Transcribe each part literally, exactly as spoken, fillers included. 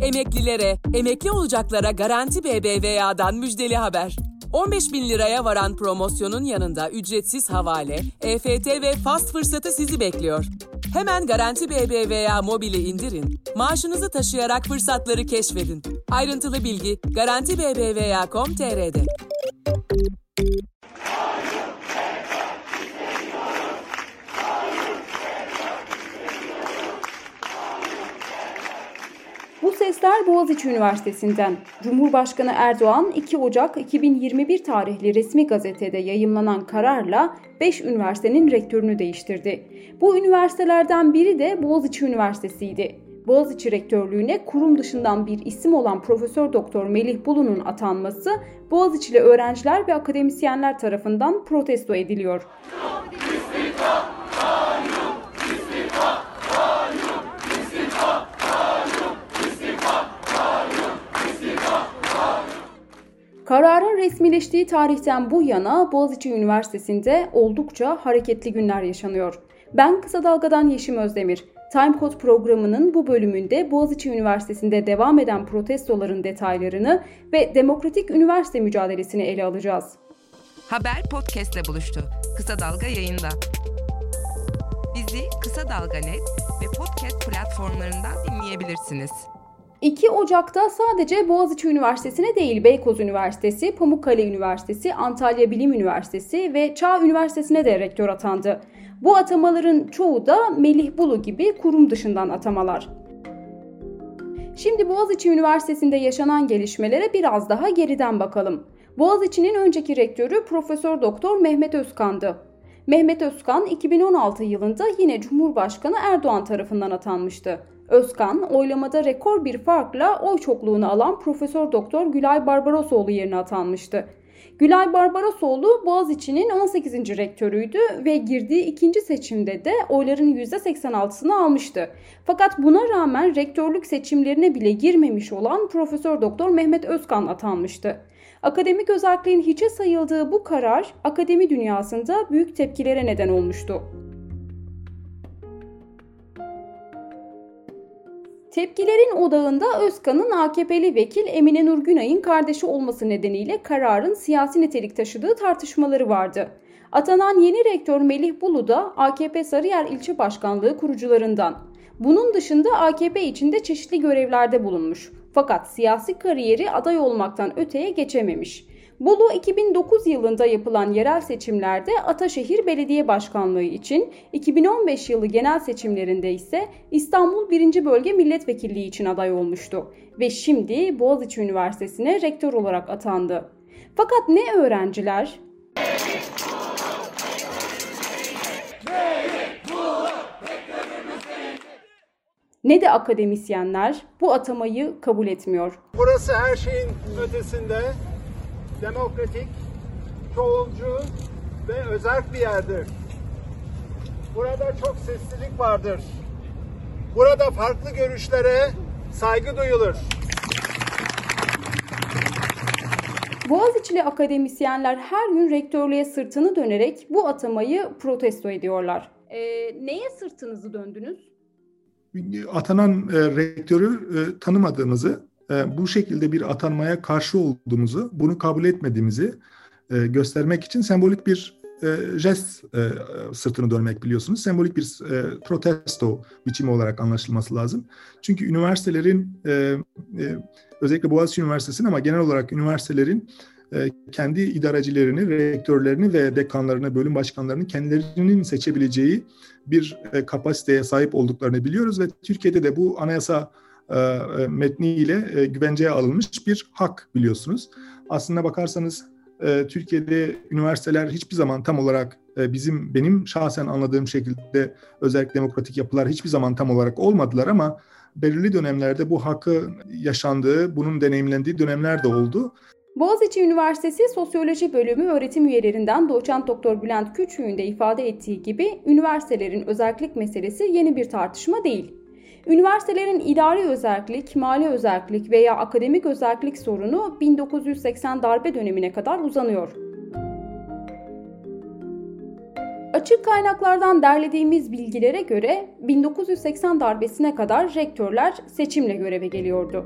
Emeklilere, emekli olacaklara Garanti B B V A'dan müjdeli haber. on beş bin liraya varan promosyonun yanında ücretsiz havale, E F T ve fast fırsatı sizi bekliyor. Hemen Garanti B B V A mobili indirin, maaşınızı taşıyarak fırsatları keşfedin. Ayrıntılı bilgi garanti b b v a nokta com nokta t r'de. Bu sesler Boğaziçi Üniversitesi'nden. Cumhurbaşkanı Erdoğan iki Ocak iki bin yirmi bir tarihli resmi gazetede yayımlanan kararla beş üniversitenin rektörünü değiştirdi. Bu üniversitelerden biri de Boğaziçi Üniversitesi'ydi. Boğaziçi Rektörlüğü'ne kurum dışından bir isim olan Profesör Doktor Melih Bulu'nun atanması Boğaziçi'li öğrenciler ve akademisyenler tarafından protesto ediliyor. Kararın resmileştiği tarihten bu yana Boğaziçi Üniversitesi'nde oldukça hareketli günler yaşanıyor. Ben Kısa Dalga'dan Yeşim Özdemir. Time Code programının bu bölümünde Boğaziçi Üniversitesi'nde devam eden protestoların detaylarını ve demokratik üniversite mücadelesini ele alacağız. Haber podcast'le buluştu. Kısa Dalga yayında. Bizi Kısa Dalga nokta net ve podcast platformlarından dinleyebilirsiniz. iki Ocak'ta sadece Boğaziçi Üniversitesi'ne değil Beykoz Üniversitesi, Pamukkale Üniversitesi, Antalya Bilim Üniversitesi ve Çağ Üniversitesi'ne de rektör atandı. Bu atamaların çoğu da Melih Bulu gibi kurum dışından atamalar. Şimdi Boğaziçi Üniversitesi'nde yaşanan gelişmelere biraz daha geriden bakalım. Boğaziçi'nin önceki rektörü Profesör Doktor Mehmet Özkan'dı. Mehmet Özkan iki bin on altı yılında yine Cumhurbaşkanı Erdoğan tarafından atanmıştı. Özkan, oylamada rekor bir farkla oy çokluğunu alan Profesör Doktor Gülay Barbarosoğlu yerine atanmıştı. Gülay Barbarosoğlu Boğaziçi'nin on sekizinci rektörüydü ve girdiği ikinci seçimde de oyların yüzde seksen altısını almıştı. Fakat buna rağmen rektörlük seçimlerine bile girmemiş olan Profesör Doktor Mehmet Özkan atanmıştı. Akademik özelliğin hiçe sayıldığı bu karar akademi dünyasında büyük tepkilere neden olmuştu. Tepkilerin odağında Özkan'ın A K P'li vekil Emine Nur Günay'ın kardeşi olması nedeniyle kararın siyasi nitelik taşıdığı tartışmaları vardı. Atanan yeni rektör Melih Bulu da A K P Sarıyer İlçe Başkanlığı kurucularından. Bunun dışında A K P içinde çeşitli görevlerde bulunmuş. Fakat siyasi kariyeri aday olmaktan öteye geçememiş. Bolu iki bin dokuz yılında yapılan yerel seçimlerde Ataşehir Belediye Başkanlığı için, iki bin on beş yılı genel seçimlerinde ise İstanbul birinci Bölge Milletvekilliği için aday olmuştu ve şimdi Boğaziçi Üniversitesi'ne rektör olarak atandı. Fakat ne öğrenciler, ne de akademisyenler bu atamayı kabul etmiyor. Burası her şeyin ötesinde demokratik, çoğulcu ve özerk bir yerdir. Burada çok sessizlik vardır. Burada farklı görüşlere saygı duyulur. Boğaziçi'li akademisyenler her gün rektörlüğe sırtını dönerek bu atamayı protesto ediyorlar. E, neye sırtınızı döndünüz? Atanan e, rektörü e, tanımadığımızı, e, bu şekilde bir atanmaya karşı olduğumuzu, bunu kabul etmediğimizi e, göstermek için sembolik bir e, jest e, sırtını dönmek, biliyorsunuz. Sembolik bir e, protesto biçimi olarak anlaşılması lazım. Çünkü üniversitelerin, e, e, özellikle Boğaziçi Üniversitesi'nin ama genel olarak üniversitelerin e, kendi idarecilerini, rektörlerini ve dekanlarını, bölüm başkanlarını kendilerinin seçebileceği bir e, kapasiteye sahip olduklarını biliyoruz ve Türkiye'de de bu anayasa e, metniyle e, güvenceye alınmış bir hak, biliyorsunuz. Aslına bakarsanız e, Türkiye'de üniversiteler hiçbir zaman tam olarak e, bizim benim şahsen anladığım şekilde özellikle demokratik yapılar hiçbir zaman tam olarak olmadılar ama belirli dönemlerde bu hakkı yaşandığı, bunun deneyimlendiği dönemler de oldu. Boğaziçi Üniversitesi Sosyoloji Bölümü öğretim üyelerinden Doçent Doktor Bülent Küçük'ün de ifade ettiği gibi üniversitelerin özerklik meselesi yeni bir tartışma değil. Üniversitelerin idari özerklik, mali özerklik veya akademik özerklik sorunu bin dokuz yüz seksen darbe dönemine kadar uzanıyor. Açık kaynaklardan derlediğimiz bilgilere göre bin dokuz yüz seksen darbesine kadar rektörler seçimle göreve geliyordu.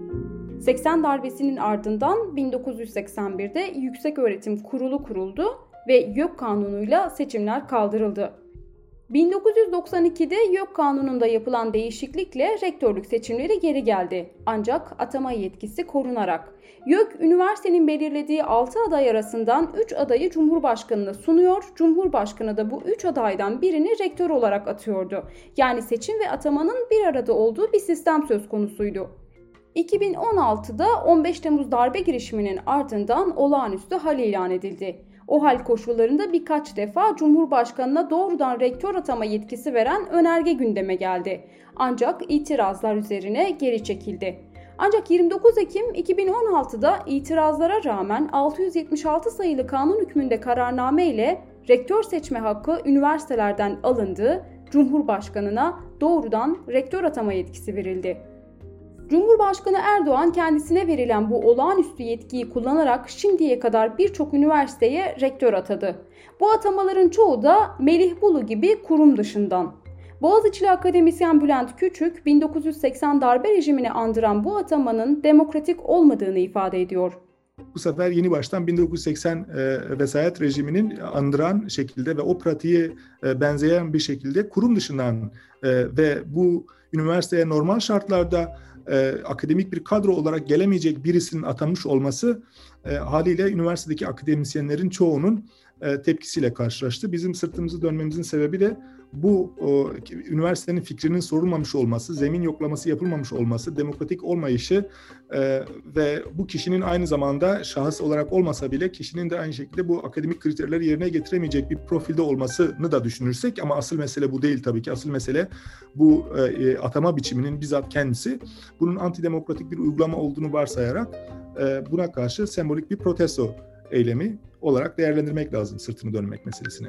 seksen darbesinin ardından bin dokuz yüz seksen birde Yükseköğretim Kurulu kuruldu ve YÖK Kanunu'yla seçimler kaldırıldı. bin dokuz yüz doksan ikide YÖK Kanunu'nda yapılan değişiklikle rektörlük seçimleri geri geldi. Ancak atama yetkisi korunarak. YÖK, üniversitenin belirlediği altı aday arasından üç adayı Cumhurbaşkanı'na sunuyor, Cumhurbaşkanı da bu üç adaydan birini rektör olarak atıyordu. Yani seçim ve atamanın bir arada olduğu bir sistem söz konusuydu. iki bin on altıda on beş Temmuz darbe girişiminin ardından olağanüstü hal ilan edildi. O hal koşullarında birkaç defa Cumhurbaşkanı'na doğrudan rektör atama yetkisi veren önerge gündeme geldi. Ancak itirazlar üzerine geri çekildi. Ancak yirmi dokuz Ekim iki bin on altıda itirazlara rağmen altı yüz yetmiş altı sayılı kanun hükmünde kararname ile rektör seçme hakkı üniversitelerden alındı, Cumhurbaşkanı'na doğrudan rektör atama yetkisi verildi. Cumhurbaşkanı Erdoğan kendisine verilen bu olağanüstü yetkiyi kullanarak şimdiye kadar birçok üniversiteye rektör atadı. Bu atamaların çoğu da Melih Bulu gibi kurum dışından. Boğaziçi'li akademisyen Bülent Küçük, bin dokuz yüz seksen darbe rejimini andıran bu atamanın demokratik olmadığını ifade ediyor. Bu sefer yeni baştan bin dokuz yüz seksen e, vesayet rejiminin andıran şekilde ve o pratiğe e, benzeyen bir şekilde kurum dışından e, ve bu üniversiteye normal şartlarda e, akademik bir kadro olarak gelemeyecek birisinin atanmış olması e, haliyle üniversitedeki akademisyenlerin çoğunun e, tepkisiyle karşılaştı. Bizim sırtımızı dönmemizin sebebi de bu o, üniversitenin fikrinin sorulmamış olması, zemin yoklaması yapılmamış olması, demokratik olmayışı e, ve bu kişinin aynı zamanda şahıs olarak olmasa bile kişinin de aynı şekilde bu akademik kriterleri yerine getiremeyecek bir profilde olmasını da düşünürsek, ama asıl mesele bu değil tabii ki. Asıl mesele bu e, atama biçiminin bizzat kendisi. Bunun antidemokratik bir uygulama olduğunu varsayarak e, buna karşı sembolik bir protesto eylemi olarak değerlendirmek lazım sırtını dönmek meselesine.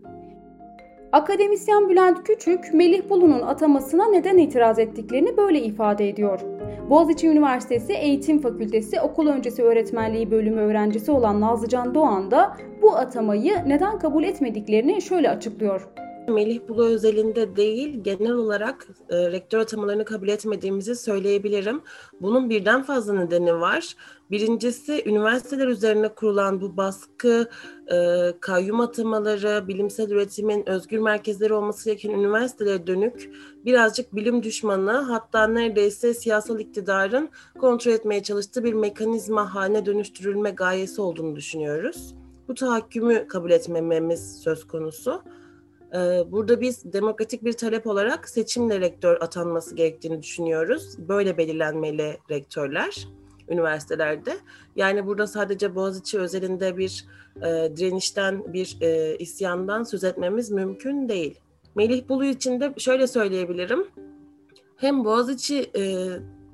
Akademisyen Bülent Küçük, Melih Bulu'nun atamasına neden itiraz ettiklerini böyle ifade ediyor. Boğaziçi Üniversitesi Eğitim Fakültesi Okul Öncesi Öğretmenliği bölümü öğrencisi olan Nazlıcan Doğan da bu atamayı neden kabul etmediklerini şöyle açıklıyor. Melih Bulu özelinde değil, genel olarak e, rektör atamalarını kabul etmediğimizi söyleyebilirim. Bunun birden fazla nedeni var. Birincisi, üniversiteler üzerine kurulan bu baskı, e, kayyum atamaları, bilimsel üretimin özgür merkezleri olması gereken üniversitelere dönük birazcık bilim düşmanı, hatta neredeyse siyasal iktidarın kontrol etmeye çalıştığı bir mekanizma haline dönüştürülme gayesi olduğunu düşünüyoruz. Bu tahakkümü kabul etmememiz söz konusu. Burada biz demokratik bir talep olarak seçimle rektör atanması gerektiğini düşünüyoruz. Böyle belirlenmeli rektörler üniversitelerde. Yani burada sadece Boğaziçi özelinde bir e, direnişten, bir e, isyandan söz etmemiz mümkün değil. Melih Bulu için de şöyle söyleyebilirim. Hem Boğaziçi e,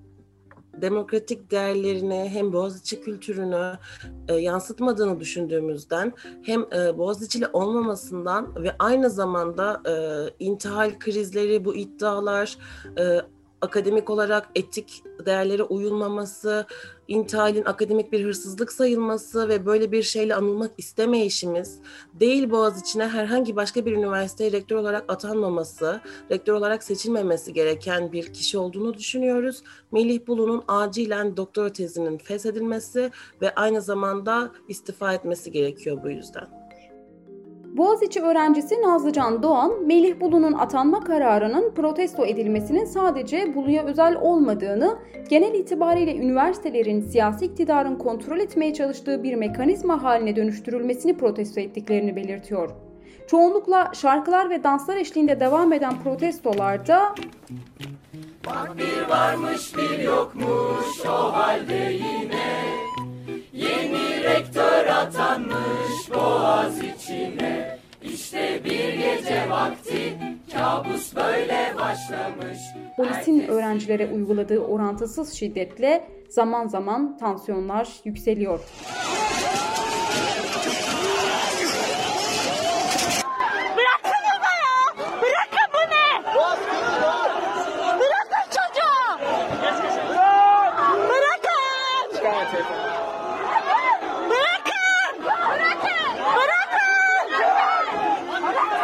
demokratik değerlerini hem Boğaziçi kültürünü e, yansıtmadığını düşündüğümüzden, hem e, Boğaziçi'li olmamasından ve aynı zamanda e, intihal krizleri, bu iddialar, e, akademik olarak etik değerlere uyulmaması, intihalin akademik bir hırsızlık sayılması ve böyle bir şeyle anılmak istemeyişimiz, değil Boğaziçi'ne herhangi başka bir üniversiteye rektör olarak atanmaması, rektör olarak seçilmemesi gereken bir kişi olduğunu düşünüyoruz. Melih Bulu'nun acilen doktora tezinin feshedilmesi ve aynı zamanda istifa etmesi gerekiyor bu yüzden. Boğaziçi öğrencisi Nazlıcan Doğan, Melih Bulu'nun atanma kararının protesto edilmesinin sadece Bulu'ya özel olmadığını, genel itibariyle üniversitelerin siyasi iktidarın kontrol etmeye çalıştığı bir mekanizma haline dönüştürülmesini protesto ettiklerini belirtiyor. Çoğunlukla şarkılar ve danslar eşliğinde devam eden protestolarda "Bak bir varmış bir yokmuş, o halde yine yeni rektör atanmış Boğaziçi'ne. İşte bir gece vakti kabus böyle başlamış." Polisin öğrencilere uyguladığı orantısız şiddetle zaman zaman tansiyonlar yükseliyor. Bırakın bunu ya! Bırakın bu ne? Bırakın çocuğu! Bırakın! Bırakın! Bırakın! Bırakın!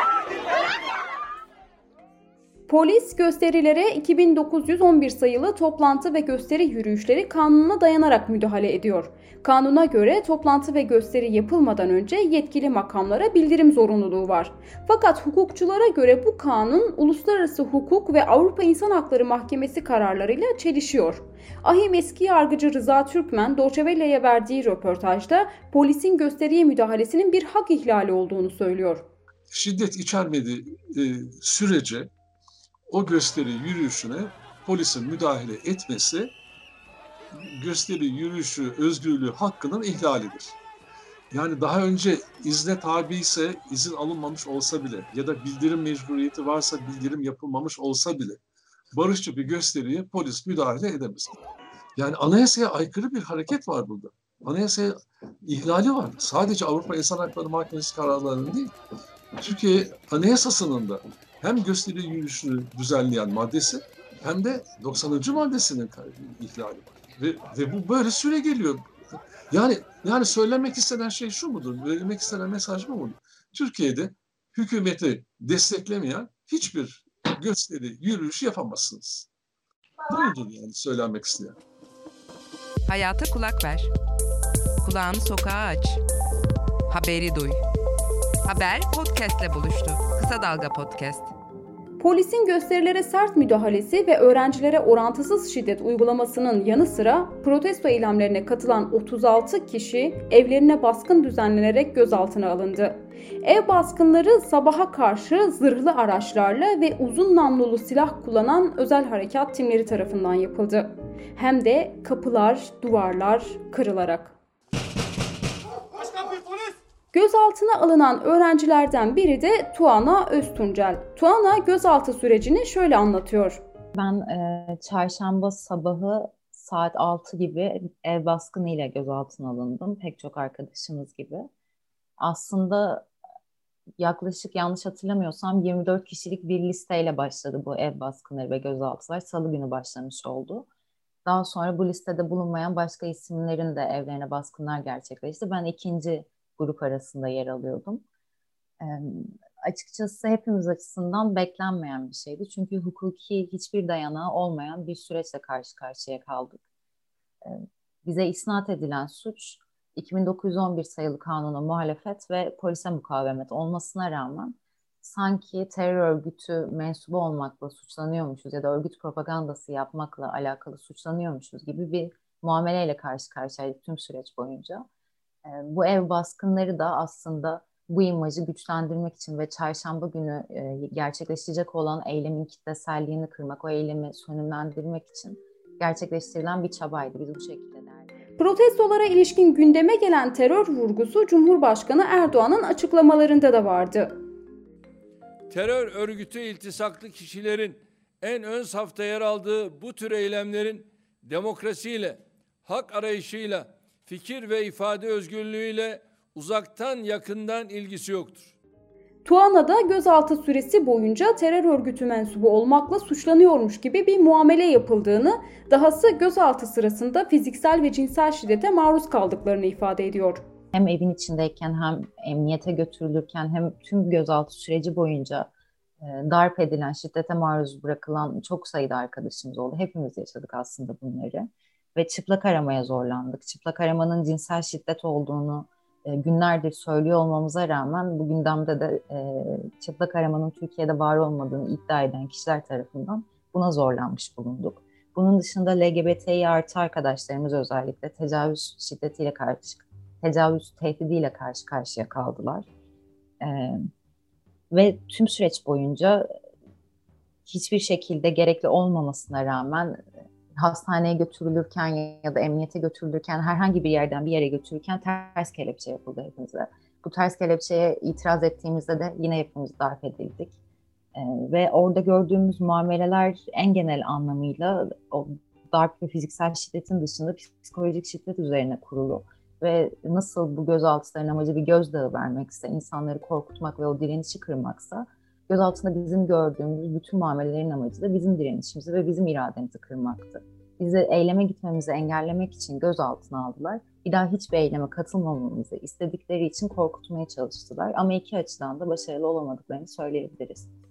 Polis gösterilere iki bin dokuz yüz on bir sayılı toplantı ve gösteri yürüyüşleri kanununa dayanarak müdahale ediyor. Kanuna göre toplantı ve gösteri yapılmadan önce yetkili makamlara bildirim zorunluluğu var. Fakat hukukçulara göre bu kanun uluslararası hukuk ve Avrupa İnsan Hakları Mahkemesi kararlarıyla çelişiyor. AİHM eski yargıcı Rıza Türkmen, Deutsche Welle'ye verdiği röportajda polisin gösteriye müdahalesinin bir hak ihlali olduğunu söylüyor. Şiddet içermediği e, sürece o gösteri yürüyüşüne polisin müdahale etmesi gösteri yürüyüşü özgürlüğü hakkının ihlalidir. Yani daha önce izne tabi ise izin alınmamış olsa bile ya da bildirim mecburiyeti varsa bildirim yapılmamış olsa bile barışçı bir gösteriye polis müdahale edemez. Yani anayasaya aykırı bir hareket var burada. Anayasaya ihlali var. Sadece Avrupa İnsan Hakları Mahkemesi kararlarının değil. Türkiye Anayasası'nın da hem gösteri yürüyüşünü düzenleyen maddesi hem de doksanıncı maddesinin ihlali var. Ve, ve bu böyle süre geliyor. Yani yani söylemek istenen şey şu mudur? Verilmek istenen mesaj bu mudur? Türkiye'de hükümeti desteklemeyen hiçbir gösteri, yürüyüş yapamazsınız. Bu mudur yani söylenmek isteyen? Hayata kulak ver. Kulağını sokağa aç. Haberi duy. Haber podcast'le buluştu. Kısa Dalga Podcast. Polisin gösterilere sert müdahalesi ve öğrencilere orantısız şiddet uygulamasının yanı sıra protesto eylemlerine katılan otuz altı kişi evlerine baskın düzenlenerek gözaltına alındı. Ev baskınları sabaha karşı zırhlı araçlarla ve uzun namlulu silah kullanan özel harekat timleri tarafından yapıldı. Hem de kapılar, duvarlar kırılarak. Gözaltına alınan öğrencilerden biri de Tuana Öztuncel. Tuana gözaltı sürecini şöyle anlatıyor. Ben e, çarşamba sabahı saat altı gibi ev baskınıyla gözaltına alındım. Pek çok arkadaşımız gibi. Aslında yaklaşık yanlış hatırlamıyorsam yirmi dört kişilik bir listeyle başladı bu ev baskınları ve gözaltılar. Salı günü başlamış oldu. Daha sonra bu listede bulunmayan başka isimlerin de evlerine baskınlar gerçekleşti. Ben ikinci grup arasında yer alıyordum. E, açıkçası hepimiz açısından beklenmeyen bir şeydi. Çünkü hukuki hiçbir dayanağı olmayan bir süreçle karşı karşıya kaldık. E, bize isnat edilen suç iki bin dokuz yüz on bir sayılı kanuna muhalefet ve polise mukavemet olmasına rağmen sanki terör örgütü mensubu olmakla suçlanıyormuşuz ya da örgüt propagandası yapmakla alakalı suçlanıyormuşuz gibi bir muameleyle karşı karşıyaydık tüm süreç boyunca. Bu ev baskınları da aslında bu imajı güçlendirmek için ve çarşamba günü gerçekleşecek olan eylemin kitleselliğini kırmak, o eylemi sönümlendirmek için gerçekleştirilen bir çabaydı. Biz bu şekilde değerlendiriyoruz. Protestolara ilişkin gündeme gelen terör vurgusu Cumhurbaşkanı Erdoğan'ın açıklamalarında da vardı. Terör örgütü iltisaklı kişilerin en ön safta yer aldığı bu tür eylemlerin demokrasiyle, hak arayışıyla, fikir ve ifade özgürlüğüyle uzaktan yakından ilgisi yoktur. Tuana'da gözaltı süresi boyunca terör örgütü mensubu olmakla suçlanıyormuş gibi bir muamele yapıldığını, dahası gözaltı sırasında fiziksel ve cinsel şiddete maruz kaldıklarını ifade ediyor. Hem evin içindeyken hem emniyete götürülürken hem tüm gözaltı süreci boyunca e, darp edilen, şiddete maruz bırakılan çok sayıda arkadaşımız oldu. Hepimiz yaşadık aslında bunları. Ve çıplak aramaya zorlandık. Çıplak aramanın cinsel şiddet olduğunu e, günlerdir söylüyor olmamıza rağmen bu gündemde de e, çıplak aramanın Türkiye'de var olmadığını iddia eden kişiler tarafından buna zorlanmış bulunduk. Bunun dışında L G B T İ artı arkadaşlarımız özellikle tecavüz şiddetiyle karşı, tecavüz tehdidiyle karşı karşıya kaldılar. E, ve tüm süreç boyunca hiçbir şekilde gerekli olmamasına rağmen hastaneye götürülürken ya da emniyete götürülürken herhangi bir yerden bir yere götürürken ters kelepçe yapıldı hepimize. Bu ters kelepçeye itiraz ettiğimizde de yine hepimiz darp edildik. Ee, ve orada gördüğümüz muameleler en genel anlamıyla o darp ve fiziksel şiddetin dışında psikolojik şiddet üzerine kurulu. Ve nasıl bu gözaltıların amacı bir gözdağı vermekse, insanları korkutmak ve o direnişi kırmaksa, gözaltında bizim gördüğümüz bütün muamelelerin amacı da bizim direnişimizi ve bizim irademizi kırmaktı. Bizi eyleme gitmemizi engellemek için gözaltına aldılar. Bir daha hiçbir eyleme katılmamamızı istedikleri için korkutmaya çalıştılar. Ama iki açıdan da başarılı olamadıklarını söyleyebiliriz.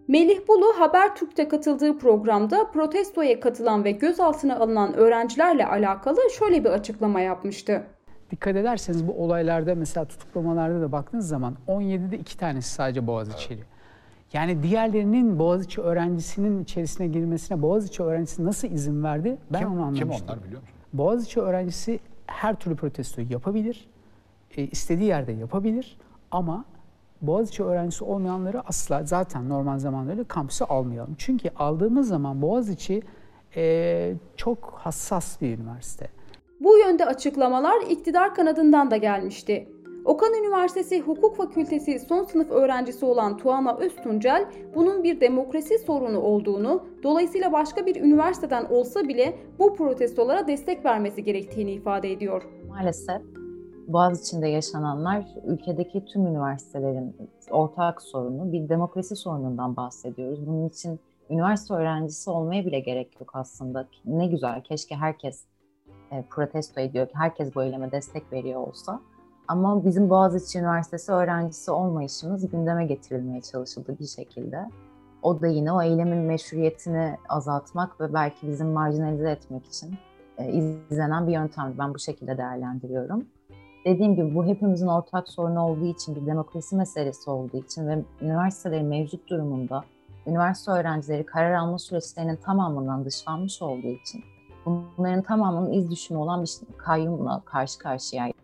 Melih Bulu Habertürk'te katıldığı programda protestoya katılan ve gözaltına alınan öğrencilerle alakalı şöyle bir açıklama yapmıştı. Dikkat ederseniz bu olaylarda mesela tutuklamalarda da baktığınız zaman on yedide iki tanesi sadece Boğaziçi'li. Yani diğerlerinin Boğaziçi öğrencisinin içerisine girmesine Boğaziçi öğrencisi nasıl izin verdi? Ben kim, onu anlamıştım. Kim onlar biliyor musun? Boğaziçi öğrencisi her türlü protestoyu yapabilir, e, istediği yerde yapabilir ama Boğaziçi öğrencisi olmayanları asla zaten normal zamanlarda kampüse almayalım. Çünkü aldığımız zaman Boğaziçi e, çok hassas bir üniversite. Bu yönde açıklamalar iktidar kanadından da gelmişti. Okan Üniversitesi Hukuk Fakültesi son sınıf öğrencisi olan Tuana Öztuncel, bunun bir demokrasi sorunu olduğunu, dolayısıyla başka bir üniversiteden olsa bile bu protestolara destek vermesi gerektiğini ifade ediyor. Maalesef Boğaziçi'nde yaşananlar ülkedeki tüm üniversitelerin ortak sorunu, bir demokrasi sorunundan bahsediyoruz. Bunun için üniversite öğrencisi olmaya bile gerek yok aslında. Ne güzel, keşke herkes e, protesto ediyor, herkes bu eyleme destek veriyor olsa. Ama bizim Boğaziçi Üniversitesi öğrencisi olmayışımız gündeme getirilmeye çalışıldı bir şekilde. O da yine o eylemin meşruiyetini azaltmak ve belki bizim marjinalize etmek için e, izlenen bir yöntem. Ben bu şekilde değerlendiriyorum. Dediğim gibi bu hepimizin ortak sorunu olduğu için, bir demokrasi meselesi olduğu için ve üniversitelerin mevcut durumunda üniversite öğrencileri karar alma süreçlerinin tamamından dışlanmış olduğu için bunların tamamının iz düşümü olan bir kayyumla karşı karşıyaydık.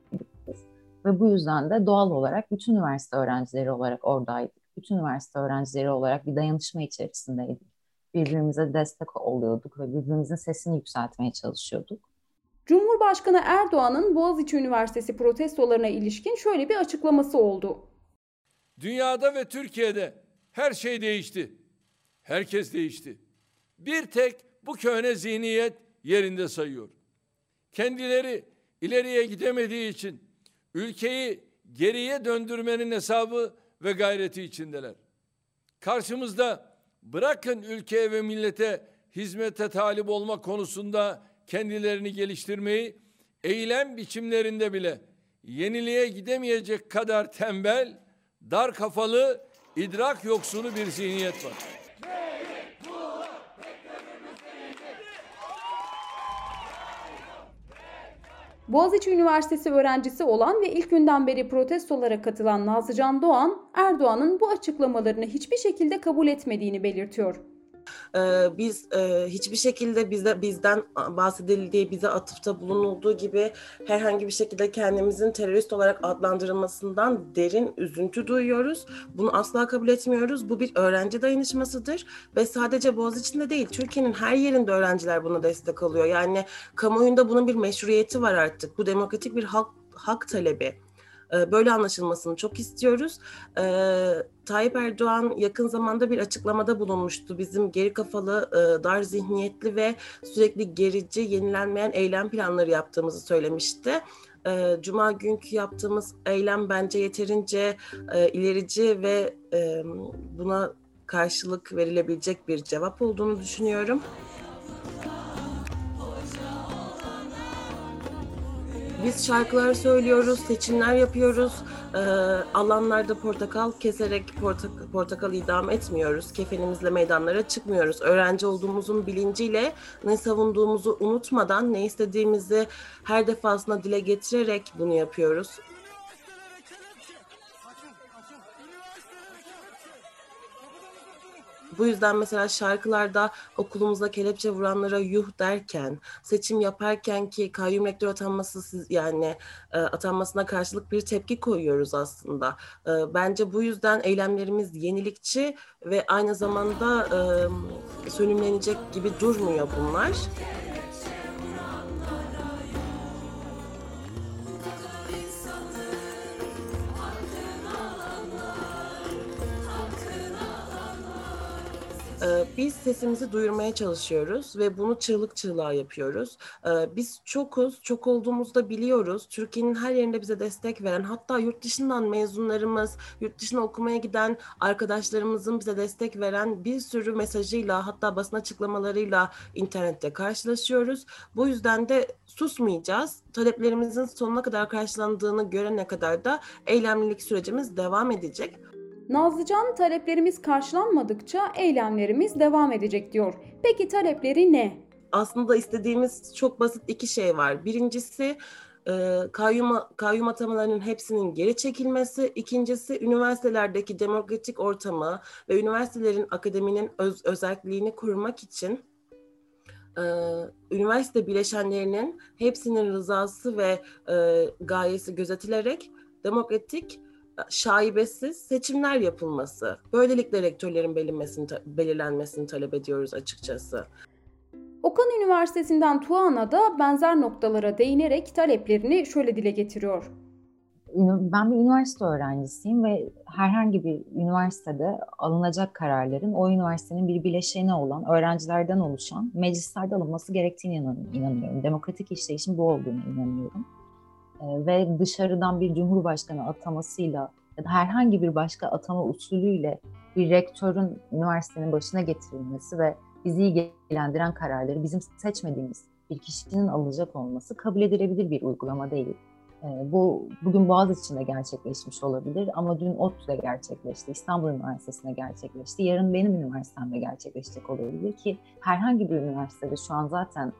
Ve bu yüzden de doğal olarak bütün üniversite öğrencileri olarak oradaydık. Bütün üniversite öğrencileri olarak bir dayanışma içerisindeydik. Birbirimize destek oluyorduk ve birbirimizin sesini yükseltmeye çalışıyorduk. Cumhurbaşkanı Erdoğan'ın Boğaziçi Üniversitesi protestolarına ilişkin şöyle bir açıklaması oldu. Dünyada ve Türkiye'de her şey değişti. Herkes değişti. Bir tek bu köhne zihniyet yerinde sayıyor. Kendileri ileriye gidemediği için ülkeyi geriye döndürmenin hesabı ve gayreti içindeler. Karşımızda bırakın ülkeye ve millete hizmete talip olma konusunda kendilerini geliştirmeyi, eylem biçimlerinde bile yeniliğe gidemeyecek kadar tembel, dar kafalı, idrak yoksunu bir zihniyet var. Boğaziçi Üniversitesi öğrencisi olan ve ilk günden beri protestolara katılan Nazlıcan Doğan, Erdoğan'ın bu açıklamalarını hiçbir şekilde kabul etmediğini belirtiyor. Ee, biz e, hiçbir şekilde bize bizden bahsedildiği, bize atıfta bulunulduğu gibi herhangi bir şekilde kendimizin terörist olarak adlandırılmasından derin üzüntü duyuyoruz. Bunu asla kabul etmiyoruz. Bu bir öğrenci dayanışmasıdır ve sadece Boğaziçi'nde değil, Türkiye'nin her yerinde öğrenciler buna destek alıyor. Yani kamuoyunda bunun bir meşruiyeti var artık. Bu demokratik bir hak, hak talebi. Böyle anlaşılmasını çok istiyoruz. Ee, Tayyip Erdoğan yakın zamanda bir açıklamada bulunmuştu. Bizim geri kafalı, e, dar zihniyetli ve sürekli gerici, yenilenmeyen eylem planları yaptığımızı söylemişti. E, Cuma günkü yaptığımız eylem bence yeterince e, ilerici ve e, buna karşılık verilebilecek bir cevap olduğunu düşünüyorum. Biz şarkılar söylüyoruz, seçimler yapıyoruz, ee, alanlarda portakal keserek portak- portakal idam etmiyoruz, kefenimizle meydanlara çıkmıyoruz. Öğrenci olduğumuzun bilinciyle ne savunduğumuzu unutmadan, ne istediğimizi her defasında dile getirerek bunu yapıyoruz. Bu yüzden mesela şarkılarda okulumuza kelepçe vuranlara yuh derken, seçim yaparken ki kayyum rektör atanması siz, yani e, atanmasına karşılık bir tepki koyuyoruz aslında. E, bence bu yüzden eylemlerimiz yenilikçi ve aynı zamanda e, sönümlenecek gibi durmuyor bunlar. Biz sesimizi duyurmaya çalışıyoruz ve bunu çığlık çığlığa yapıyoruz. Biz çokuz, çok olduğumuzda biliyoruz. Türkiye'nin her yerinde bize destek veren, hatta yurt dışından mezunlarımız, yurt dışına okumaya giden arkadaşlarımızın bize destek veren bir sürü mesajıyla, hatta basın açıklamalarıyla internette karşılaşıyoruz. Bu yüzden de susmayacağız. Taleplerimizin sonuna kadar karşılandığını görene kadar da eylemlilik sürecimiz devam edecek. Nazlıcan, taleplerimiz karşılanmadıkça eylemlerimiz devam edecek diyor. Peki talepleri ne? Aslında istediğimiz çok basit iki şey var. Birincisi e, kayyum, kayyum atamalarının hepsinin geri çekilmesi. İkincisi üniversitelerdeki demokratik ortamı ve üniversitelerin akademinin öz, özelliğini korumak için e, üniversite bileşenlerinin hepsinin rızası ve e, gayesi gözetilerek demokratik, şaibesiz seçimler yapılması. Böylelikle rektörlerin belirlenmesini, belirlenmesini talep ediyoruz açıkçası. Okan Üniversitesi'nden Tuana da benzer noktalara değinerek taleplerini şöyle dile getiriyor. Ben bir üniversite öğrencisiyim ve herhangi bir üniversitede alınacak kararların o üniversitenin bir bileşeni olan öğrencilerden oluşan meclislerde alınması gerektiğine inanıyorum. Demokratik işleyişin bu olduğunu inanıyorum. Ve dışarıdan bir cumhurbaşkanı atamasıyla ya da herhangi bir başka atama usulüyle bir rektörün üniversitenin başına getirilmesi ve bizi ilgilendiren kararları bizim seçmediğimiz bir kişinin alacak olması kabul edilebilir bir uygulama değil. Bu bugün Boğaziçi'nde gerçekleşmiş olabilir ama dün ODTÜ'de gerçekleşti, İstanbul Üniversitesi'nde gerçekleşti, yarın benim üniversitemde gerçekleşecek olabilir ki herhangi bir üniversitede şu an zaten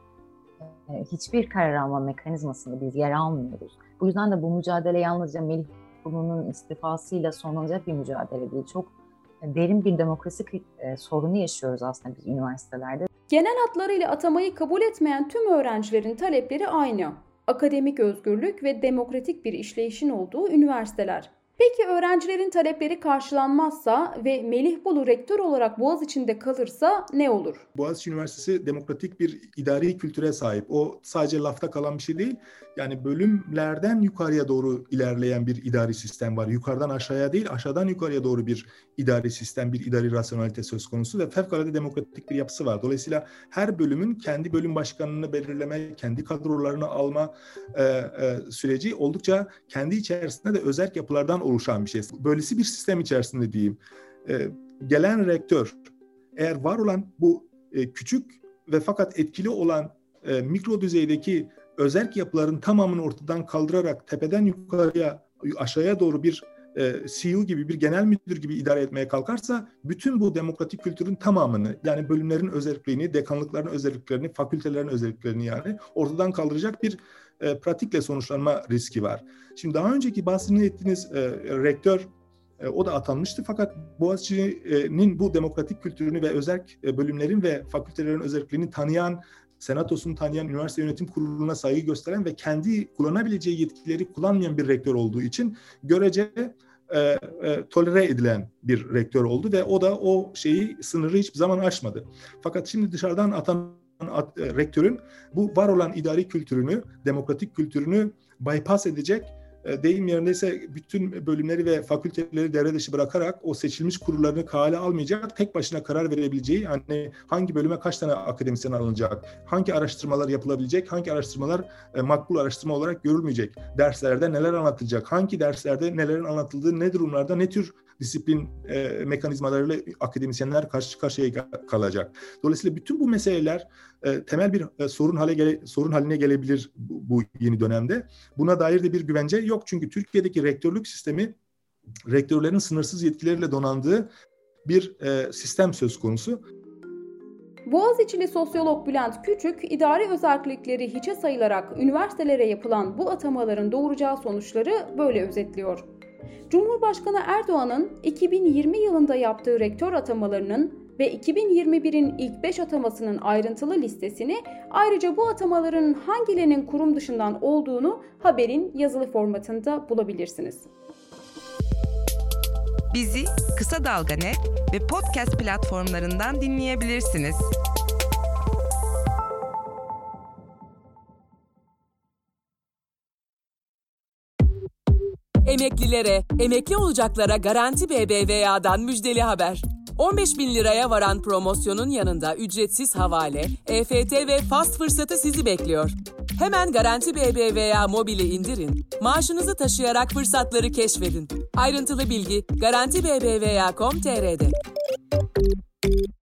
hiçbir karar alma mekanizmasında biz yer almıyoruz. Bu yüzden de bu mücadele yalnızca Melih Bulu'nun istifasıyla sonlanacak bir mücadele değil. Çok derin bir demokrasi sorunu yaşıyoruz aslında biz üniversitelerde. Genel hatlarıyla atamayı kabul etmeyen tüm öğrencilerin talepleri aynı. Akademik özgürlük ve demokratik bir işleyişin olduğu üniversiteler. Peki öğrencilerin talepleri karşılanmazsa ve Melih Bulu rektör olarak Boğaziçi'nde kalırsa ne olur? Boğaziçi Üniversitesi demokratik bir idari kültüre sahip. O sadece lafta kalan bir şey değil. Yani bölümlerden yukarıya doğru ilerleyen bir idari sistem var. Yukarıdan aşağıya değil, aşağıdan yukarıya doğru bir idari sistem, bir idari rasyonelite söz konusu ve fevkalade demokratik bir yapısı var. Dolayısıyla her bölümün kendi bölüm başkanını belirleme, kendi kadrolarını alma e, e, süreci oldukça kendi içerisinde de özerk yapılardan oluşan bir şey. Böylesi bir sistem içerisinde diyeyim. E, gelen rektör eğer var olan bu e, küçük ve fakat etkili olan e, mikro düzeydeki özerk yapıların tamamını ortadan kaldırarak tepeden yukarıya, aşağıya doğru bir e, C E O gibi, bir genel müdür gibi idare etmeye kalkarsa bütün bu demokratik kültürün tamamını, yani bölümlerin özelliklerini, dekanlıkların özelliklerini, fakültelerin özelliklerini yani ortadan kaldıracak bir e, pratikle sonuçlanma riski var. Şimdi daha önceki bahsini ettiğiniz e, rektör e, o da atanmıştı fakat Boğaziçi'nin bu demokratik kültürünü ve özerk e, bölümlerin ve fakültelerin özelliklerini tanıyan, senatosunu tanıyan, üniversite yönetim kuruluna saygı gösteren ve kendi kullanabileceği yetkileri kullanmayan bir rektör olduğu için görece e, e, tolere edilen bir rektör oldu ve o da o şeyi, sınırı hiçbir zaman aşmadı. Fakat şimdi dışarıdan atanan at, e, rektörün bu var olan idari kültürünü, demokratik kültürünü bypass edecek, deyim yerindeyse bütün bölümleri ve fakülteleri devre dışı bırakarak o seçilmiş kurullarını kale almayacak, tek başına karar verebileceği, yani hangi bölüme kaç tane akademisyen alınacak, hangi araştırmalar yapılabilecek, hangi araştırmalar e, makbul araştırma olarak görülmeyecek, derslerde neler anlatılacak, hangi derslerde nelerin anlatıldığı, ne durumlarda, ne tür disiplin e, mekanizmalarıyla akademisyenler karşı karşıya kalacak. Dolayısıyla bütün bu meseleler e, temel bir e, sorun hale gele, sorun haline gelebilir bu, bu yeni dönemde. Buna dair de bir güvence yok çünkü Türkiye'deki rektörlük sistemi rektörlerin sınırsız yetkileriyle donandığı bir e, sistem söz konusu. Boğaziçi'li sosyolog Bülent Küçük, idari özellikleri hiçe sayılarak üniversitelere yapılan bu atamaların doğuracağı sonuçları böyle özetliyor. Cumhurbaşkanı Erdoğan'ın iki bin yirmi yılında yaptığı rektör atamalarının ve iki bin yirmi birin ilk beş atamasının ayrıntılı listesini, ayrıca bu atamaların hangilerinin kurum dışından olduğunu haberin yazılı formatında bulabilirsiniz. Bizi Kısa Dalga Net ve podcast platformlarından dinleyebilirsiniz. Emeklilere, emekli olacaklara Garanti B B V A'dan müjdeli haber. on beş bin liraya varan promosyonun yanında ücretsiz havale, E F T ve fast fırsatı sizi bekliyor. Hemen Garanti B B V A mobili indirin, maaşınızı taşıyarak fırsatları keşfedin. Ayrıntılı bilgi garanti b b v a nokta com nokta t r'de.